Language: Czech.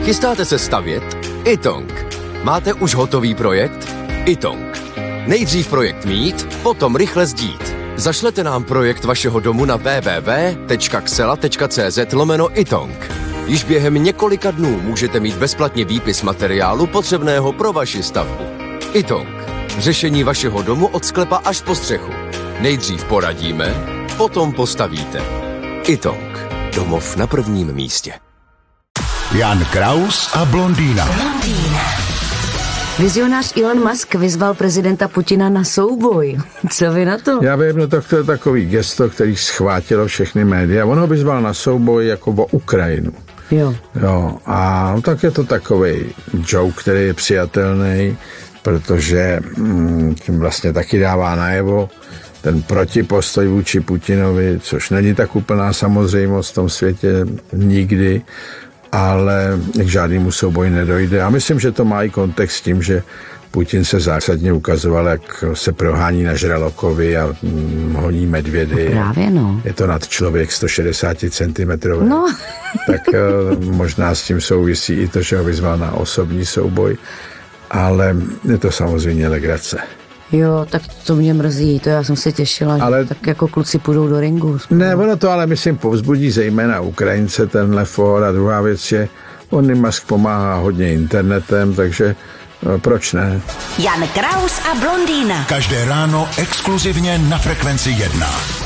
Chystáte se stavět? iTong. Máte už hotový projekt? iTong. Nejdřív projekt mít, potom rychle sdít. Zašlete nám projekt vašeho domu na www.xela.cz/iTong. Již během několika dnů můžete mít bezplatně výpis materiálu potřebného pro vaši stavbu. iTong. Řešení vašeho domu od sklepa až po střechu. Nejdřív poradíme, potom postavíte. iTong. Domov na prvním místě. Jan Kraus a blondýna. Vizionář Elon Musk vyzval prezidenta Putina na souboj. Co vy na to? Já vím, no to je takový gesto, který schvátilo všechny média. On ho vyzval na souboj jako o Ukrajinu. Jo. A tak je to takový joke, který je přijatelný, protože tím vlastně taky dává najevo ten protipostoj vůči Putinovi, což není tak úplná samozřejmost v tom světě nikdy, ale k žádnému souboji nedojde. A myslím, že to má i kontext s tím, že Putin se zásadně ukazoval, jak se prohání na žralokovi a honí medvědy. No právě, no. Je to nad člověk 160 cm. No. Tak možná s tím souvisí i to, že ho vyzval na osobní souboj, ale je to samozřejmě legrace. Jo, tak to mě mrzí, to já jsem se těšila, ale... že tak jako kluci půjdou do ringu. Ne, ono to ale myslím povzbudí zejména Ukrajince tenhle for a druhá věc je, on Musk pomáhá hodně internetem, takže proč ne? Jan Kraus a blondýna. Každé ráno exkluzivně na Frekvenci 1.